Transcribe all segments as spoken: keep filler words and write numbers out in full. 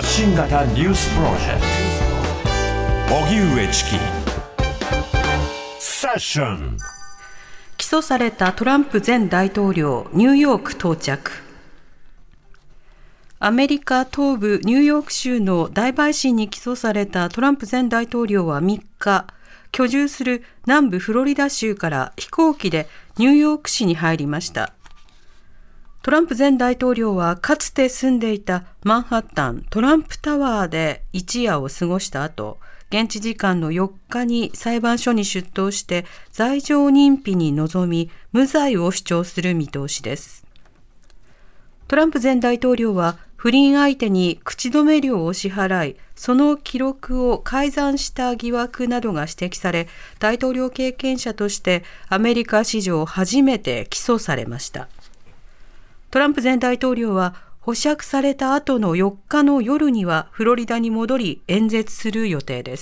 発信型ニュースプロジェクト荻上チキセッション。 起訴されたトランプ前大統領、ニューヨーク到着。アメリカ東部ニューヨーク州の大陪審に起訴されたトランプ前大統領はみっか、居住する南部フロリダ州から飛行機でニューヨーク市に入りました。トランプ前大統領はかつて住んでいたマンハッタントランプタワーで一夜を過ごした後、現地時間のよっかに裁判所に出頭して罪状認否に臨み、無罪を主張する見通しです。トランプ前大統領は不倫相手に口止め料を支払い、その記録を改ざんした疑惑などが指摘され、大統領経験者としてアメリカ史上初めて起訴されました。トランプ前大統領は保釈された後のよっかの夜にはフロリダに戻り演説する予定です。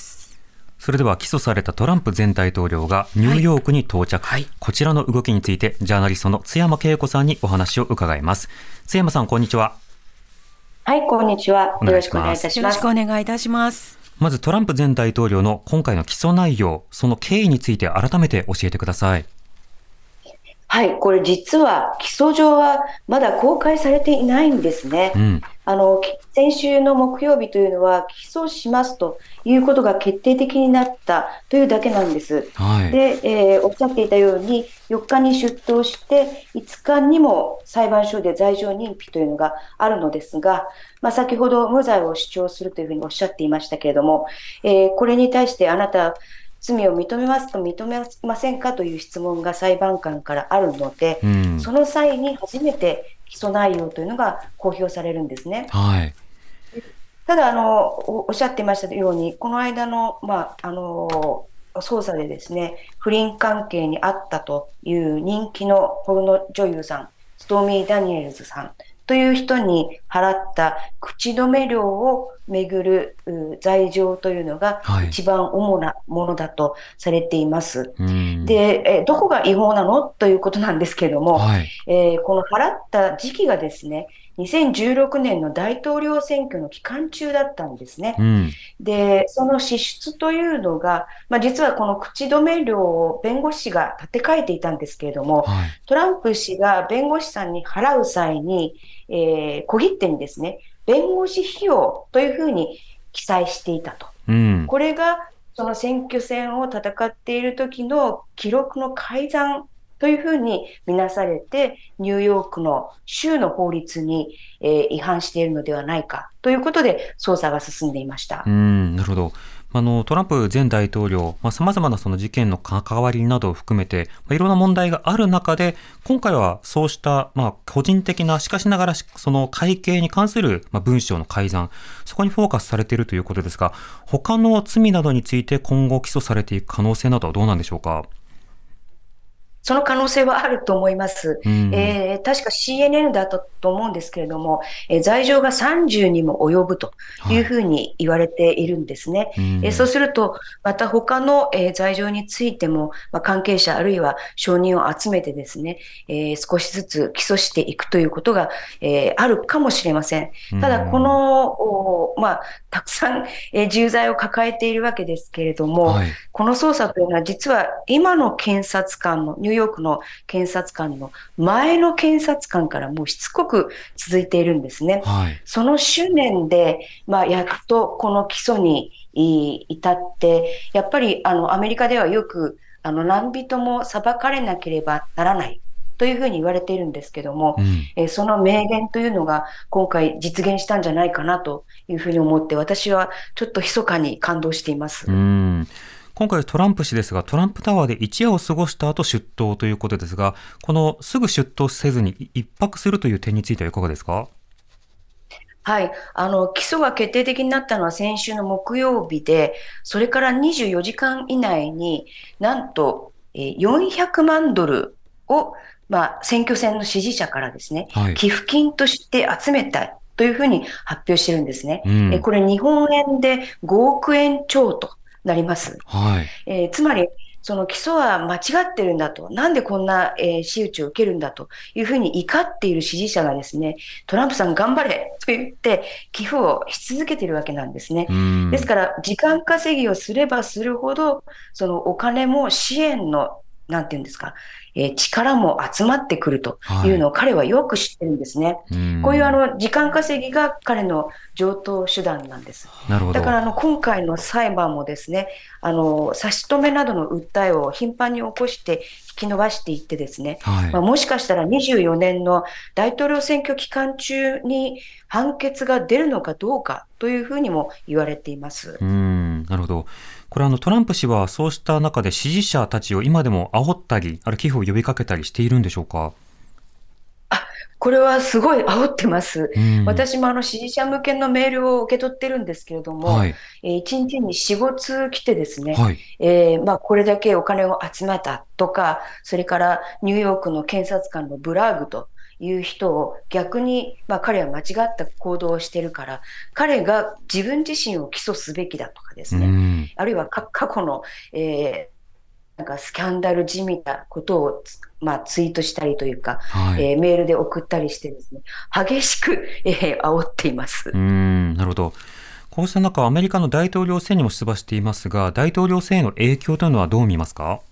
それでは起訴されたトランプ前大統領がニューヨークに到着、はいはい、こちらの動きについてジャーナリストの津山恵子さんにお話を伺います。津山さん、こんにちは。 はい、こんにちは。よろしくお願いいたします。 よろしくお願いいたします。 まずトランプ前大統領の今回の起訴内容、その経緯について改めて教えてください。 はい、これ実は起訴状はまだ公開されていないんですね。うん、あの先週の木曜日というのは起訴しますということが決定的になったというだけなんです。はい、で、えー、おっしゃっていたようによっかに出頭していつかにも裁判所で罪状認否というのがあるのですが、まあ、先ほど無罪を主張するというふうにおっしゃっていましたけれども、えー、これに対してあなた罪を認めますか認めませんかという質問が裁判官からあるので、うん、その際に初めて起訴内容というのが公表されるんですね。はい、ただあのおっしゃっていましたようにこの間の、まあ、あの捜査でですね、不倫関係にあったという人気のポルノ女優さん、ストーミー・ダニエルズさんという人に払った口止め料をめぐる罪状というのが一番主なものだとされています。はい、で、えどこが違法なのということなんですけれども、はい、えー、この払った時期がですね、にせんじゅうろくねんの大統領選挙の期間中だったんですね。うん、で、その支出というのが、まあ、実はこの口止め料を弁護士が立て替えていたんですけれども、はい、トランプ氏が弁護士さんに払う際に、えー、小切手にですね、弁護士費用というふうに記載していたと。うん、これがその選挙戦を戦っている時の記録の改ざんというふうに見なされて、ニューヨークの州の法律に、えー、違反しているのではないかということで捜査が進んでいました。 うん、なるほど。あのトランプ前大統領、さまざ、まなその事件の関わりなどを含めて、まあ、いろんな問題がある中で、今回はそうした、まあ、個人的なしかしながらその会計に関する、まあ、文章の改ざん、そこにフォーカスされているということですが、他の罪などについて今後起訴されていく可能性などはどうなんでしょうか。 その可能性はあると思います。うん、えー、確か シーエヌエヌ だったと思うんですけれども、えー、罪状がさんじゅうにも及ぶというふうに言われているんですね。はい、えー、そうすると、また他の、えー、罪状についても、まあ、関係者あるいは証人を集めてですね、えー、少しずつ起訴していくということが、えー、あるかもしれません。ただ、この、まあ、たくさん、えー、重罪を抱えているわけですけれども、はい、この捜査というのは実は今の検察官のニューヨークの検察官の前の検察官からもうしつこく続いているんですね。はい、その執念で、まあ、やっとこの起訴に至って、やっぱりあのアメリカではよくあの何人も裁かれなければならないというふうに言われているんですけども、うん、えその名言というのが今回実現したんじゃないかなというふうに思って、私はちょっと密かに感動しています。 うん、今回トランプ氏ですが、トランプタワーで一夜を過ごした後出頭ということですが、このすぐ出頭せずに一泊するという点についてはいかがですか。 はい、あの起訴が決定的になったのは先週の木曜日で、それからにじゅうよじかん以内になんとよんひゃくまんドルを、まあ、選挙戦の支持者からですね、はい、寄付金として集めたというふうに発表してるんですね。うん、えこれ日本円でごおくえん超となります。はい、えー、つまりその起訴は間違ってるんだと、なんでこんな、えー、仕打ちを受けるんだというふうに怒っている支持者がですね、トランプさん頑張れ言って寄付をし続けているわけなんですね。 うん、 ですから時間稼ぎをすればするほどそのお金も支援のなんていうんですか、えー、力も集まってくるというのを彼はよく知ってるんですね。はい、こういうあの時間稼ぎが彼の常套手段なんです。 なるほど。 だからあの今回の裁判もですね、あの差し止めなどの訴えを頻繁に起こして引き延ばしていってですね、はい、まあ、もしかしたらにじゅうよねんの大統領選挙期間中に判決が出るのかどうかというふうにも言われています。 うーん、なるほど。これあのトランプ氏はそうした中で支持者たちを今でも煽ったり、あるいは寄付を呼びかけたりしているんでしょうか。 あ、これはすごい煽ってます。私もあの支持者向けのメールを受け取ってるんですけれども、はい、えー、いちにちによん、ご通来てですね、はい、えーまあ、これだけお金を集めたとか、それからニューヨークの検察官のブラーグという人を逆に、まあ、彼は間違った行動をしているから、彼が自分自身を起訴すべきだとかですね、あるいは過去の、えー、なんかスキャンダルじみたことを、まあ、ツイートしたりというか、はい、えー、メールで送ったりしてですね、激しく、えー、煽っています。 うーん、なるほど。こうした中、アメリカの大統領選にも出馬していますが、大統領選への影響というのはどう見ますか。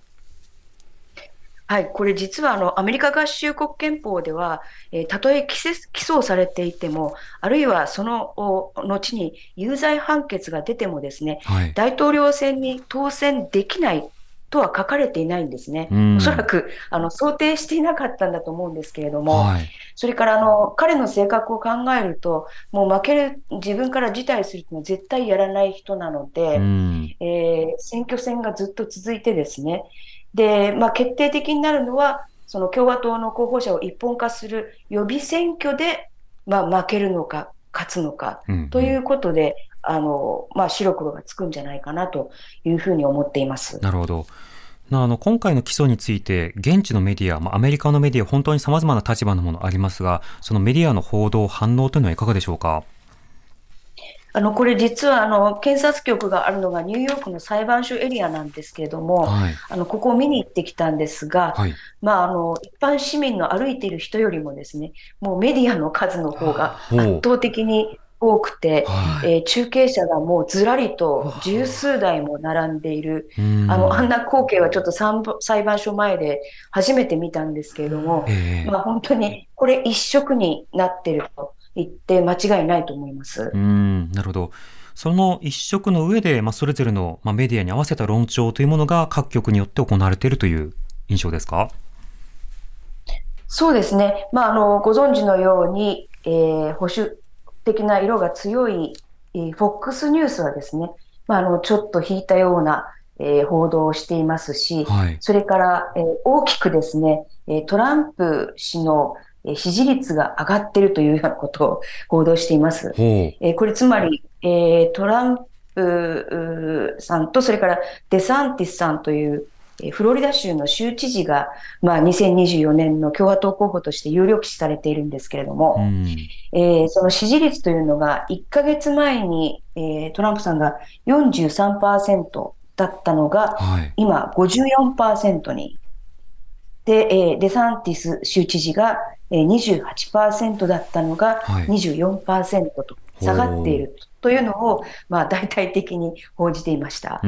はい、これ実はあのアメリカ合衆国憲法では、えー、たとえ起訴されていても、あるいはその後に有罪判決が出てもですね、はい、大統領選に当選できないとは書かれていないんですね。おそらくあの想定していなかったんだと思うんですけれども、はい、それからあの彼の性格を考えると、もう負ける、自分から辞退するのは絶対やらない人なので、えー、選挙戦がずっと続いてですね、で、まあ、決定的になるのは、その共和党の候補者を一本化する予備選挙で、まあ、負けるのか、勝つのか、ということで、うんうん、あの、まあ、白黒がつくんじゃないかなというふうに思っています。 なるほど。あの今回の起訴について、現地のメディア、まあ、アメリカのメディア、本当に様々な立場のものありますが、そのメディアの報道、反応というのはいかがでしょうか。 あのこれ実はあの検察局があるのがニューヨークの裁判所エリアなんですけれども、はい、あのここを見に行ってきたんですが、はい、まあ、あの一般市民の歩いている人よりもですね、もうメディアの数の方が圧倒的に多くて、はい、えー、中継車がもうずらりと十数台も並んでいる、あのあんな光景はちょっと裁判所前で初めて見たんですけれども、えーまあ、本当にこれ一色になっていると言って間違いないと思います。 うーん、なるほど。その一色の上で、まあ、それぞれの、まあ、メディアに合わせた論調というものが各局によって行われているという印象ですか。 そうですね。まあ、あのご存知のように、えー、保守的な色が強い、えー、フォックス ニュースはですね、まあ、あのちょっと引いたような、えー、報道をしていますし、はい、それから、えー、大きくですね、トランプ氏の支持率が上がっているというようなことを報道しています。えー、これつまり、えー、トランプさんとそれからデサンティスさんというフロリダ州の州知事が、まあ、にせんにじゅうよねんの共和党候補として有力視されているんですけれども、うんえー、その支持率というのがいっかげつまえに、えー、トランプさんが よんじゅうさんパーセント だったのが、はい、今 ごじゅうよんパーセント にで、えー、デサンティス州知事が にじゅうはちパーセント だったのが にじゅうよんパーセント と下がっているというのを、まあ、大体的に報じていました。 うん、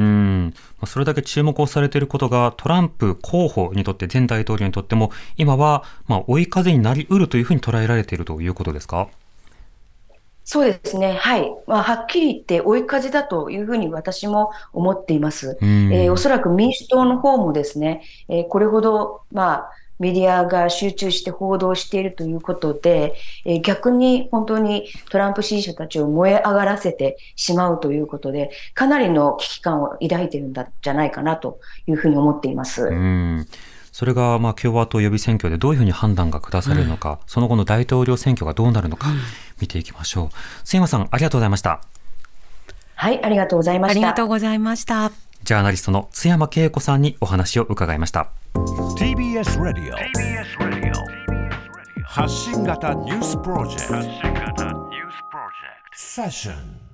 それだけ注目をされていることがトランプ候補にとって、前大統領にとっても今はまあ追い風になりうるというふうに捉えられているということですか。 そうですね。はい。まあ、はっきり言って追い風だというふうに私も思っています。えー、おそらく民主党の方もですね、えー、これほど、まあ、メディアが集中して報道しているということで、えー、逆に本当にトランプ支持者たちを燃え上がらせてしまうということで、かなりの危機感を抱いているんじゃないかなというふうに思っています。 うんそれがまあ共和党予備選挙でどういうふうに判断が下されるのか、うん、その後の大統領選挙がどうなるのか見ていきましょう。須山さん、ありがとうございました。 はい、ありがとうございました。 ありがとうございました。 ジャーナリストの須山恵子さんにお話を伺いました。 ティービーエス ラジオ 発信型ニュースプロジェクトセッション